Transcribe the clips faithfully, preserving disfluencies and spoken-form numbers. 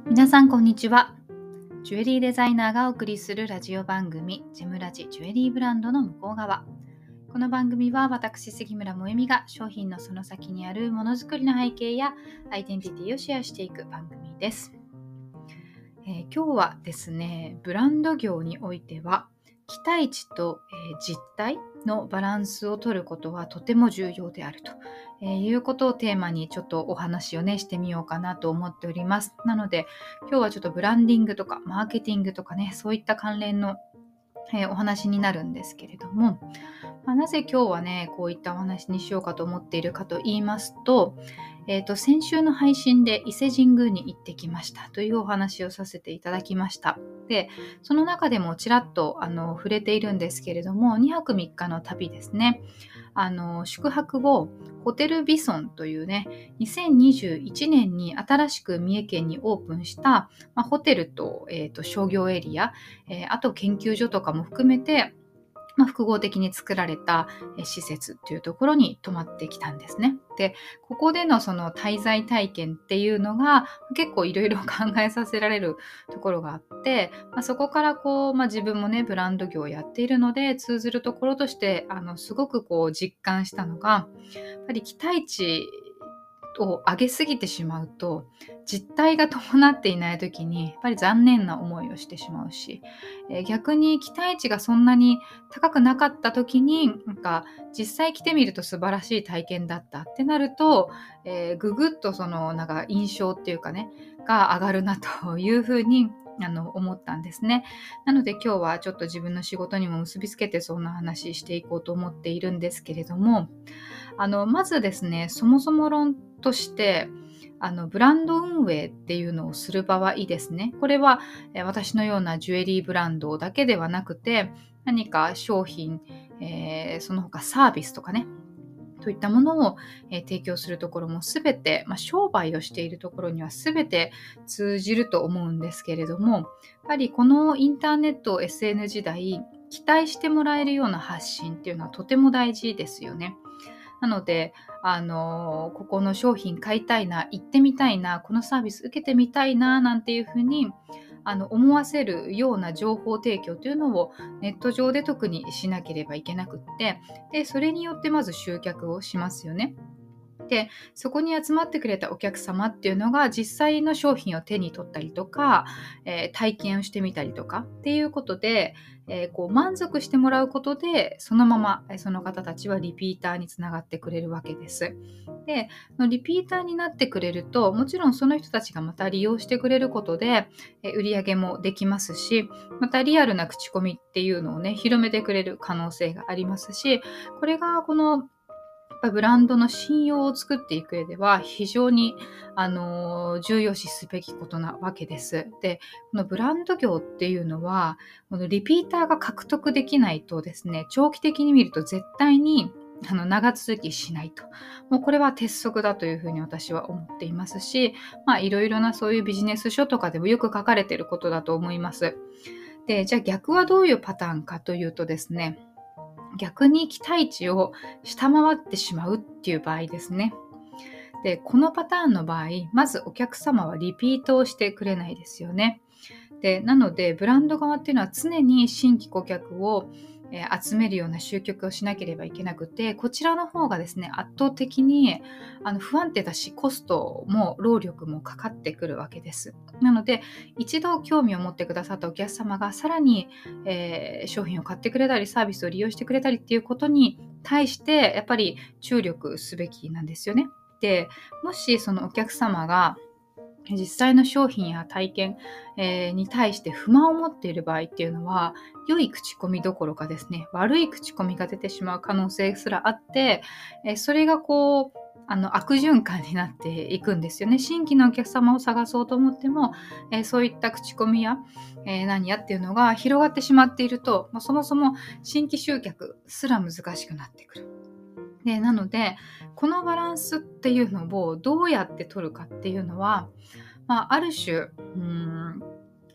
皆さんこんにちは。ジュエリーデザイナーがお送りするラジオ番組ジェムラジジュエリーブランドの向こう側。この番組は私杉村萌実が商品のその先にあるものづくりの背景やアイデンティティをシェアしていく番組です。えー、今日はですね、ブランド業においては期待値と、えー、実態のバランスを取ることはとても重要であると、えー、いうことをテーマにちょっとお話をねしてみようかなと思っております。なので今日はちょっとブランディングとかマーケティングとかね、そういった関連の、えー、お話になるんですけれども、まあ、なぜ今日はねこういったお話にしようかと思っているかと言いますと、えーと、先週の配信で伊勢神宮に行ってきましたというお話をさせていただきました。で、その中でもちらっとあの触れているんですけれども、にはくみっかの旅ですね。あの宿泊後、ホテルビソンというね、にせんにじゅういちねんに新しく三重県にオープンした、まあ、ホテルと、えーと、商業エリア、えー、あと研究所とかも含めて、まあ、複合的に作られた施設っていうところに泊まってきたんですね。で、ここでのその滞在体験っていうのが結構いろいろ考えさせられるところがあって、まあ、そこからこう、まあ、自分もねブランド業をやっているので通ずるところとしてあのすごくこう実感したのが、やっぱり期待値を上げすぎてしまうと実態が伴っていない時にやっぱり残念な思いをしてしまうし、えー逆に期待値がそんなに高くなかった時になんか実際来てみると素晴らしい体験だったってなると、えーぐぐっとそのなんか印象っていうかねが上がるなというふうにあの思ったんですね。なので今日はちょっと自分の仕事にも結びつけてそんな話していこうと思っているんですけれども、あのまずですね、そもそも論としてあのブランド運営っていうのをする場合ですね、これはえ私のようなジュエリーブランドだけではなくて、何か商品、えーその他サービスとかねといったものを、えー提供するところもすべて、まあ、商売をしているところにはすべて通じると思うんですけれども、やっぱりこのインターネット エスエヌ 時代、期待してもらえるような発信っていうのはとても大事ですよね。なので、あのここの商品買いたいな、行ってみたいな、このサービス受けてみたいな、なんていうふうにあの思わせるような情報提供というのをネット上で特にしなければいけなくって、で、それによってまず集客をしますよね。で、そこに集まってくれたお客様っていうのが実際の商品を手に取ったりとか、えー体験をしてみたりとかっていうことで、えーこう満足してもらうことでそのままえーその方たちはリピーターにつながってくれるわけです。で、そのリピーターになってくれると、もちろんその人たちがまた利用してくれることでえー売り上げもできますし、またリアルな口コミっていうのをね広めてくれる可能性がありますし、これがこのブランドの信用を作っていく上では非常に、あの重要視すべきことなわけです。で、このブランド業っていうのはこのリピーターが獲得できないとですね、長期的に見ると絶対にあの長続きしないと。もうこれは鉄則だというふうに私は思っていますし、まあいろいろなそういうビジネス書とかでもよく書かれていることだと思います。で、じゃあ逆はどういうパターンかというとですね、逆に期待値を下回ってしまうっていう場合ですね。で、このパターンの場合、まずお客様はリピートをしてくれないですよね。で、なのでブランド側っていうのは常に新規顧客をえー集めるような集客をしなければいけなくて、こちらの方がですね圧倒的にあの不安定だし、コストも労力もかかってくるわけです。なので一度興味を持ってくださったお客様がさらに、えー商品を買ってくれたりサービスを利用してくれたりっていうことに対してやっぱり注力すべきなんですよね。で、もしそのお客様が実際の商品や体験、えーに対して不満を持っている場合っていうのは、良い口コミどころかですね、悪い口コミが出てしまう可能性すらあって、えーそれがこうあの悪循環になっていくんですよね。新規のお客様を探そうと思っても、えーそういった口コミや、えー何やっていうのが広がってしまっていると、まあそもそも新規集客すら難しくなってくる。で、なのでこのバランスっていうのをどうやって取るかっていうのは、まあ、ある種うーん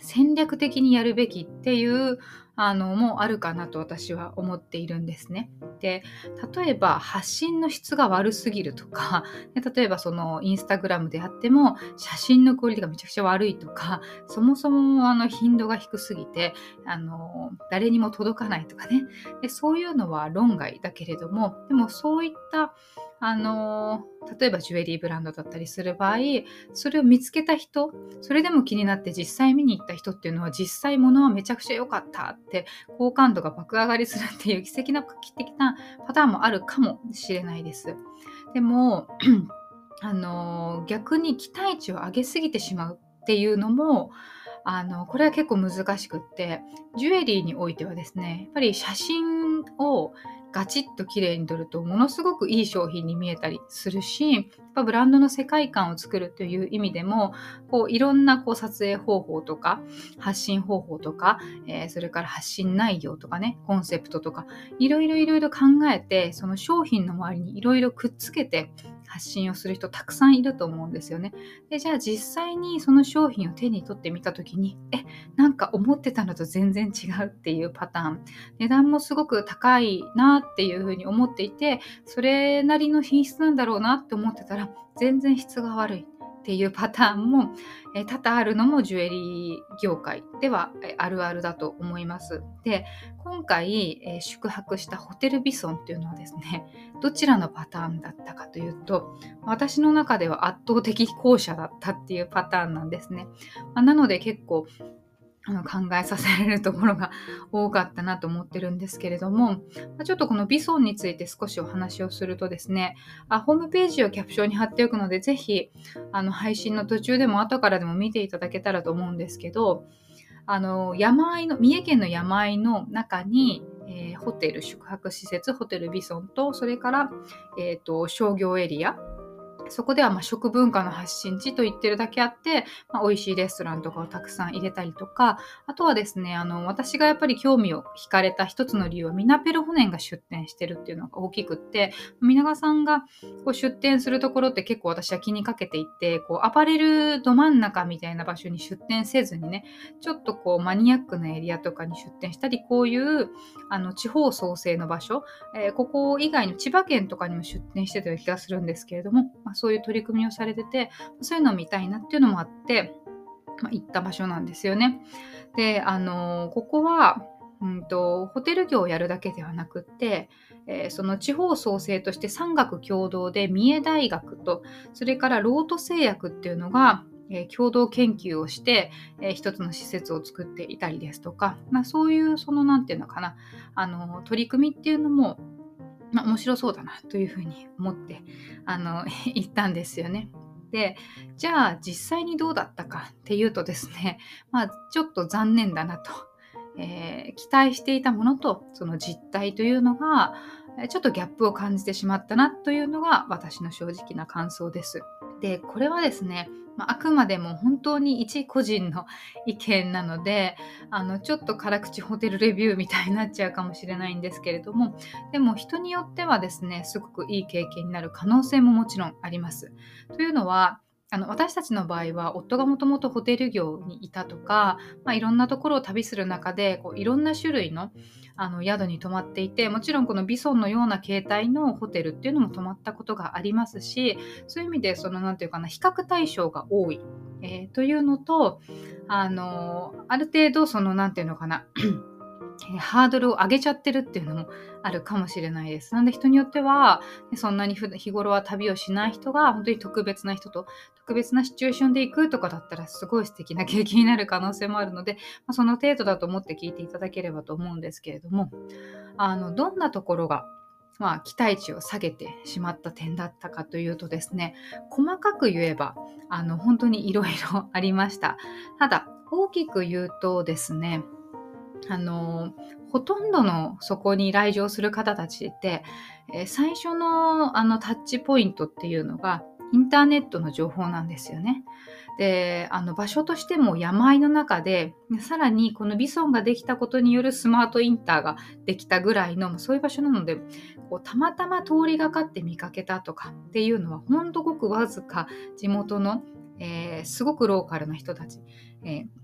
戦略的にやるべきっていうあのもあるかなと私は思っているんですね。で、例えば発信の質が悪すぎるとか、で例えばそのインスタグラムであっても写真のクオリティがめちゃくちゃ悪いとか、そもそもあの頻度が低すぎてあの誰にも届かないとかね、でそういうのは論外だけれども、でもそういったあの例えばジュエリーブランドだったりする場合、それを見つけた人、それでも気になって実際見に行った人っていうのは、実際物はめちゃくちゃ良かったって好感度が爆上がりするっていう奇跡な画期的なパターンもあるかもしれないです。でもあの逆に期待値を上げすぎてしまうっていうのも、あのこれは結構難しくって、ジュエリーにおいてはですね、やっぱり写真をガチッと綺麗に撮るとものすごくいい商品に見えたりするし、やっぱブランドの世界観を作るという意味でも、こういろんなこう撮影方法とか発信方法とか、えーそれから発信内容とかね、コンセプトとか、いろいろいろいろ考えて、その商品の周りにいろいろくっつけて発信をする人たくさんいると思うんですよね。で、じゃあ実際にその商品を手に取ってみたときに、え、なんか思ってたのと全然違うっていうパターン、値段もすごく高いなっていうふうに思っていて、それなりの品質なんだろうなって思ってたら全然質が悪いっていうパターンもえ多々あるのもジュエリー業界ではえあるあるだと思います。で、今回え宿泊したホテルビソンっていうのはですね、どちらのパターンだったかというと、私の中では圧倒的後者だったっていうパターンなんですね。まあ、なので結構あの考えさせられるところが多かったなと思ってるんですけれども、ちょっとこのビソンについて少しお話をするとですね、あホームページをキャプションに貼っておくので、ぜひあの配信の途中でも後からでも見ていただけたらと思うんですけど、あの山あいの三重県の山あいの中に、えーホテル宿泊施設ホテルビソンと、それから、えーと商業エリア、そこではまあ食文化の発信地と言ってるだけあって、まあ、美味しいレストランとかをたくさん入れたりとか、あとはですね、あの私がやっぱり興味を惹かれた一つの理由は、ミナペルホネンが出店してるっていうのが大きくって、皆川さんがこう出店するところって結構私は気にかけていて、こうアパレルど真ん中みたいな場所に出店せずにね、ちょっとこうマニアックなエリアとかに出店したり、こういうあの地方創生の場所、えーここ以外の千葉県とかにも出店してた気がするんですけれども、まあ、そういう取り組みをされてて、そういうのを見たいなっていうのもあって、まあ、行った場所なんですよね。で、あのーここはうんとホテル業をやるだけではなくって、えーその地方創生として産学共同で三重大学と、それからロート製薬っていうのが、えー共同研究をして、えー一つの施設を作っていたりですとか、まあ、そういうそのなんていうのかな、あの取り組みっていうのも、まあ、面白そうだなというふうに思ってあの行ったんですよね。で、じゃあ実際にどうだったかっていうとですね、まあ、ちょっと残念だなと、えー期待していたものとその実態というのがえーちょっとギャップを感じてしまったなというのが私の正直な感想です。で、これはですね、まあ、あくまでも本当に一個人の意見なので、あのちょっと辛口ホテルレビューみたいになっちゃうかもしれないんですけれども、でも人によってはですね、すごくいい経験になる可能性ももちろんあります。というのは、あの私たちの場合は夫がもともとホテル業にいたとか、まあ、いろんなところを旅する中でこういろんな種類のあの宿に泊まっていて、もちろんこのビソンのような形態のホテルっていうのも泊まったことがありますし、そういう意味でそのなんていうかな、比較対象が多い、えーというのと、あのある程度そのなんていうのかなハードルを上げちゃってるっていうのもあるかもしれないです。なんで人によっては、そんなに日頃は旅をしない人が本当に特別な人と特別なシチュエーションで行くとかだったらすごい素敵な経験になる可能性もあるので、まあ、その程度だと思って聞いていただければと思うんですけれども、あのどんなところがまあ、期待値を下げてしまった点だったかというとですね、細かく言えばあの本当にいろいろありました。ただ大きく言うとですね、あのほとんどのそこに来場する方たちって、えー最初のあのタッチポイントっていうのがインターネットの情報なんですよね。で、あの場所としても山あいの中で、さらにこのビソンができたことによるスマートインターができたぐらいのそういう場所なので、こうたまたま通りがかって見かけたとかっていうのはほんとごくわずか、地元の、えーすごくローカルな人たち、えー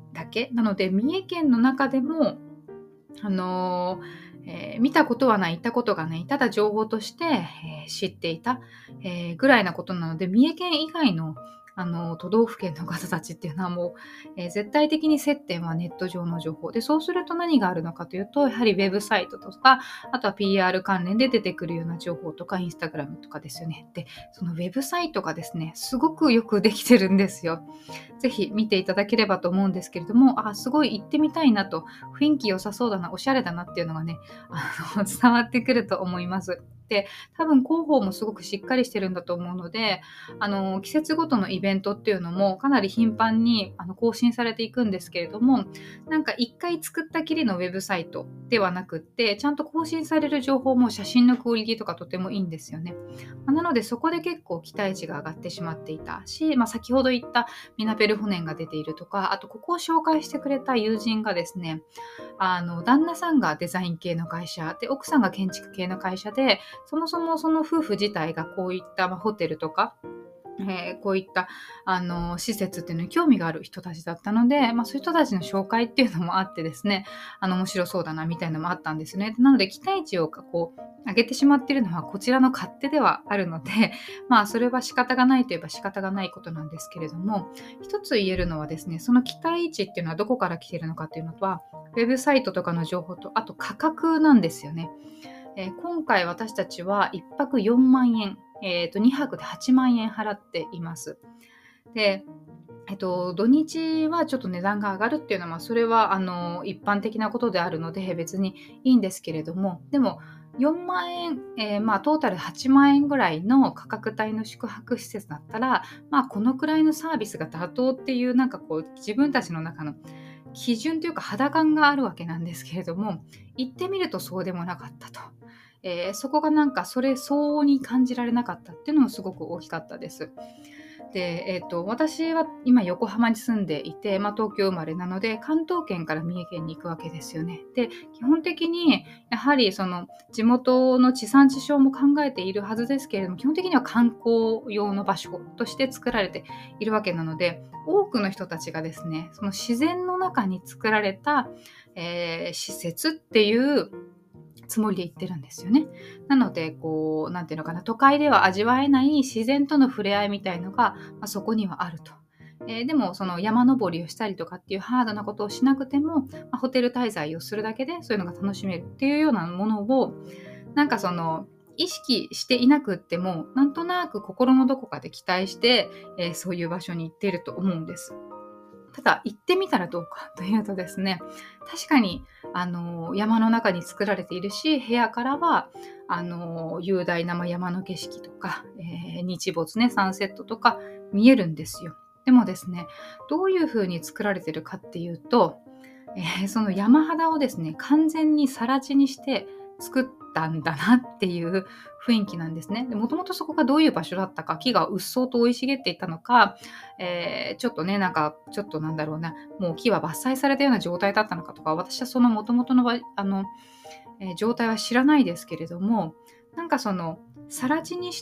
だけなので、三重県の中でもあのーえー見たことはない、行ったことがない、ただ情報として、えー知っていた、えーぐらいなことなので、三重県以外の、あのー都道府県の方たちっていうのはもう、えー絶対的に接点はネット上の情報で、そうすると何があるのかというと、やはりウェブサイトとか、あとは ピーアール 関連で出てくるような情報とか、インスタグラムとかですよね。で、そのウェブサイトがですね、すごくよくできてるんですよ。ぜひ見ていただければと思うんですけれども、あ、すごい行ってみたいなと、雰囲気良さそうだな、おしゃれだなっていうのがね、あの伝わってくると思います。で、多分広報もすごくしっかりしてるんだと思うので、あの季節ごとのイベントっていうのもかなり頻繁にあの更新されていくんですけれども、なんか一回作ったきりのウェブサイトではなくって、ちゃんと更新される情報も写真のクオリティとかとてもいいんですよね。まあなのでそこで結構期待値が上がってしまっていたし、まあ、先ほど言ったミナペルホネンが出ているとか、あとここを紹介してくれた友人がですね、あの旦那さんがデザイン系の会社で、奥さんが建築系の会社で、そもそもその夫婦自体がこういった、まあ、ホテルとか、えーこういったあの施設っていうのに興味がある人たちだったので、まあ、そういう人たちの紹介っていうのもあってですね、あの面白そうだなみたいなのもあったんですね。なので期待値をこう上げてしまっているのはこちらの勝手ではあるので、まあそれは仕方がないといえば仕方がないことなんですけれども、一つ言えるのはですね、その期待値っていうのはどこから来ているのかっていうのは、ウェブサイトとかの情報と、あと価格なんですよね。えー今回私たちはいっぱくよんまんえん、えーとにはくではちまんえん払っています。で、えっと、土日はちょっと値段が上がるっていうのは、まあ、それはあの一般的なことであるので別にいいんですけれども、でもよんまんえん、えーまあ、トータルはちまんえんぐらいの価格帯の宿泊施設だったら、まあ、このくらいのサービスが妥当っていう、なんかこう自分たちの中の基準というか肌感があるわけなんですけれども、行ってみるとそうでもなかったと。えーそこがなんかそれ相応に感じられなかったっていうのもすごく大きかったです。で、えーと、私は今横浜に住んでいて、まあ、東京生まれなので関東圏から三重県に行くわけですよね。で、基本的にやはりその地元の地産地消も考えているはずですけれども、基本的には観光用の場所として作られているわけなので、多くの人たちがですね、その自然の中に作られた、えー施設っていうつもりで言ってるんですよね。なので、こう、なんていうのかな、都会では味わえない自然との触れ合いみたいのが、まあ、そこにはあると。えーでも、その山登りをしたりとかっていうハードなことをしなくても、まあ、ホテル滞在をするだけでそういうのが楽しめるっていうようなものを、なんかその、意識していなくっても、なんとなく心のどこかで期待して、えーそういう場所に行っていると思うんです。ただ行ってみたらどうかというとですね、確かにあの山の中に作られているし、部屋からはあの雄大な山の景色とか、えー日没ね、サンセットとか見えるんですよ。でもですね、どういう風に作られているかっていうと、えーその山肌をですね、完全に更地にして作ったんだなっていう雰囲気なんですね。で、もともとそこがどういう場所だったか、木がうっそうと生い茂っていたのか、えーちょっとね、なんか、ちょっとなんだろうな、もう木は伐採されたような状態だったのかとか、私はそのもともとのばあの、えー状態は知らないですけれども、なんかその、更地にして、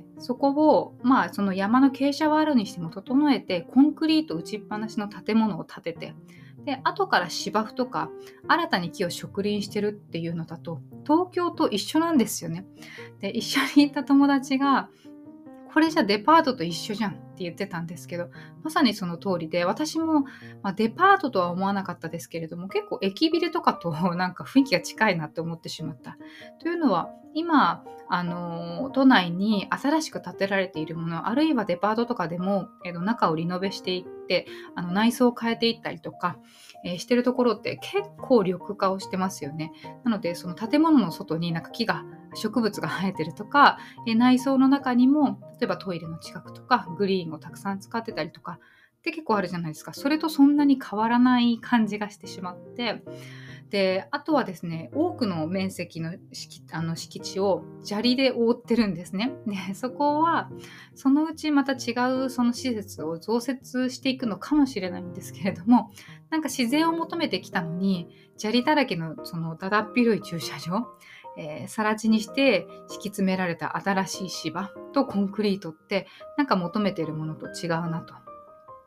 そこを、まあ、その山の傾斜はあるにしても整えて、コンクリート打ちっぱなしの建物を建てて、で、後から芝生とか、新たに木を植林してるっていうのだと、東京と一緒なんですよね。で、一緒にいた友達が、これじゃデパートと一緒じゃんって言ってたんですけど、まさにその通りで、私も、まあ、デパートとは思わなかったですけれども、結構駅ビルとかとなんか雰囲気が近いなって思ってしまった。というのは、今、あの都内に新しく建てられているもの、あるいはデパートとかでも、えーと中をリノベしていって、あの内装を変えていったりとか、えーしてるところって結構緑化をしてますよね。なので、その建物の外になんか木が、植物が生えてるとか、えー内装の中にも、例えばトイレの近くとか、グリーンをたくさん使ってたりとか、って結構あるじゃないですか。それとそんなに変わらない感じがしてしまって、で、あとはですね、多くの面積の敷あの敷地を砂利で覆ってるんですね。で、そこは、そのうちまた違うその施設を増設していくのかもしれないんですけれども、なんか自然を求めてきたのに、砂利だらけのそのだだっ広い駐車場、えー、更地にして敷き詰められた新しい芝とコンクリートって、なんか求めているものと違うなと。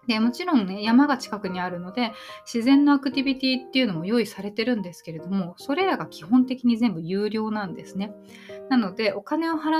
で、もちろんね、山が近くにあるので、自然のアクティビティっていうのも用意されてるんですけれども、それらが基本的に全部有料なんですね。なので、お金を払って、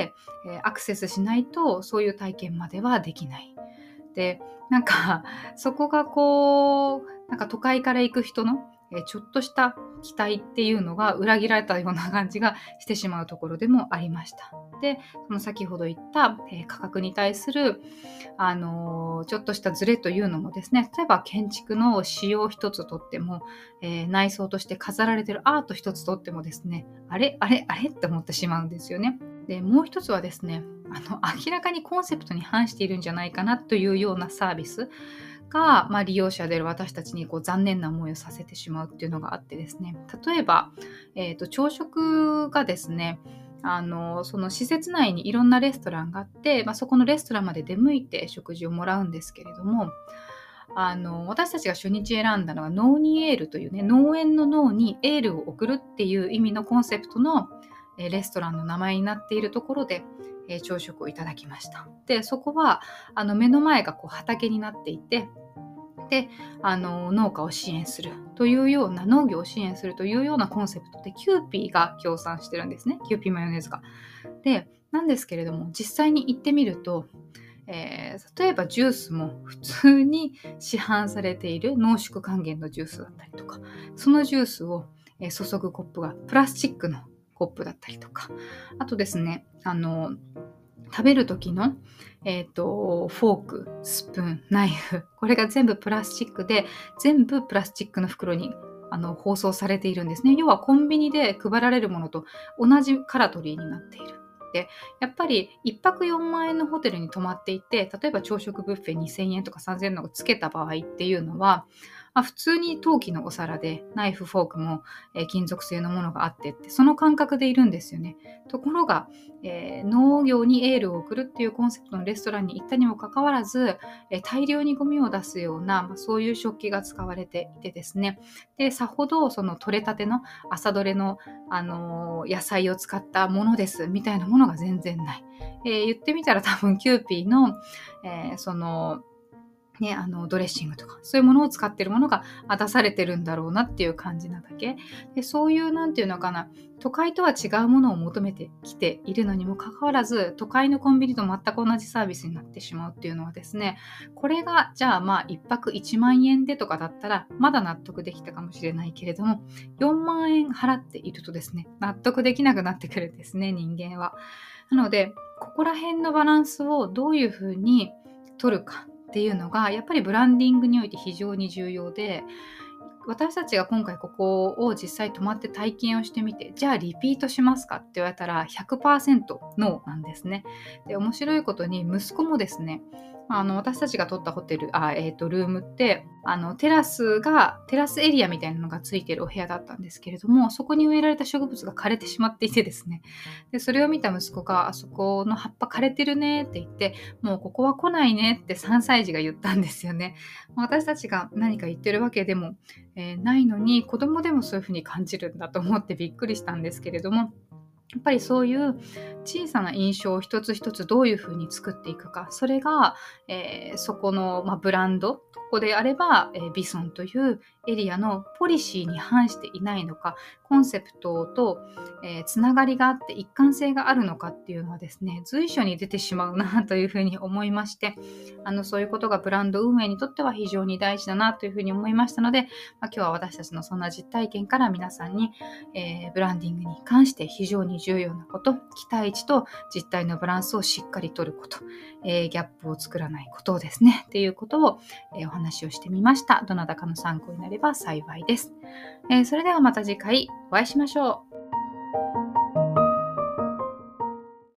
えーアクセスしないと、そういう体験まではできない。で、なんか、そこがこう、なんか都会から行く人の、えーちょっとした期待っていうのが裏切られたような感じがしてしまうところでもありました。で、その先ほど言った、えー価格に対する、あのーちょっとしたズレというのもですね、例えば建築の仕様一つとっても、えー内装として飾られているアート一つとってもですね、あれあれあれって思ってしまうんですよね。で、もう一つはですね、あの明らかにコンセプトに反しているんじゃないかなというようなサービスが、まあ、利用者である私たちにこう残念な思いをさせてしまうっていうのがあってですね、例えば、えーと、朝食がですね、あのその施設内にいろんなレストランがあって、まあ、そこのレストランまで出向いて食事をもらうんですけれども、あの私たちが初日選んだのはノーニエールというね、農園の脳にエールを送るっていう意味のコンセプトのえーレストランの名前になっているところで、えー朝食をいただきました。で、そこはあの目の前がこう畑になっていて、で、あの農家を支援するというような、農業を支援するというようなコンセプトでキューピーが協賛してるんですね。キューピーマヨネーズが。で、なんですけれども、実際に行ってみると、えー例えばジュースも普通に市販されている濃縮還元のジュースだったりとか、そのジュースを、えー注ぐコップがプラスチックのコップだったりとか、あとですね、あの食べる時の、えーと、フォーク、スプーン、ナイフ、これが全部プラスチックで、全部プラスチックの袋にあの包装されているんですね。要はコンビニで配られるものと同じカラトリーになっている。で、やっぱりいっぱくよんまんえんのホテルに泊まっていて、例えば朝食ブッフェにせんえんとかさんぜんえんのをつけた場合っていうのは、まあ、普通に陶器のお皿でナイフ、フォークも、えー金属製のものがあってって、その感覚でいるんですよね。ところが、えー農業にエールを送るっていうコンセプトのレストランに行ったにもかかわらず、えー大量にゴミを出すような、まあ、そういう食器が使われていてですね、でさほどその取れたての朝どれの、あのー野菜を使ったものですみたいなものが全然ない。えー言ってみたら多分キューピーの、えーそのね、あのドレッシングとかそういうものを使っているものがあ出されてるんだろうなっていう感じなだけで、そういうなんていうのかな、都会とは違うものを求めてきているのにもかかわらず、都会のコンビニと全く同じサービスになってしまうっていうのはですね、これがじゃあまあいっぱくいちまんえんでとかだったらまだ納得できたかもしれないけれども、よんまんえん払っているとですね、納得できなくなってくるんですね、人間は。なので、ここら辺のバランスをどういうふうに取るかっていうのがやっぱりブランディングにおいて非常に重要で、私たちが今回ここを実際泊まって体験をしてみて、じゃあリピートしますかって言われたら ひゃくパーセント ノーなんですね。で、面白いことに息子もですね、あの私たちが取ったホテル、あ、えーと、ルームってあのテラスがテラスエリアみたいなのがついているお部屋だったんですけれども、そこに植えられた植物が枯れてしまっていてですね、でそれを見た息子が、あそこの葉っぱ枯れてるねって言って、もうここは来ないねってさんさい児が言ったんですよね。私たちが何か言ってるわけでも、えーないのに、子供でもそういうふうに感じるんだと思ってびっくりしたんですけれども、やっぱりそういう小さな印象を一つ一つどういうふうに作っていくか、それが、えーそこの、まあ、ブランド、ここであれば、えービソンというエリアのポリシーに反していないのか、コンセプトと、えーつながりがあって一貫性があるのかっていうのはですね、随所に出てしまうなというふうに思いまして、あのそういうことがブランド運営にとっては非常に大事だなというふうに思いましたので、まあ、今日は私たちのそんな実体験から皆さんに、えーブランディングに関して非常に重要なこと、期待値と実態のバランスをしっかり取ること、えーギャップを作らないことをですね、っていうことを、えーお話をしてみました。どなたかの参考になれば幸いです。えーそれではまた次回お会いしましょう。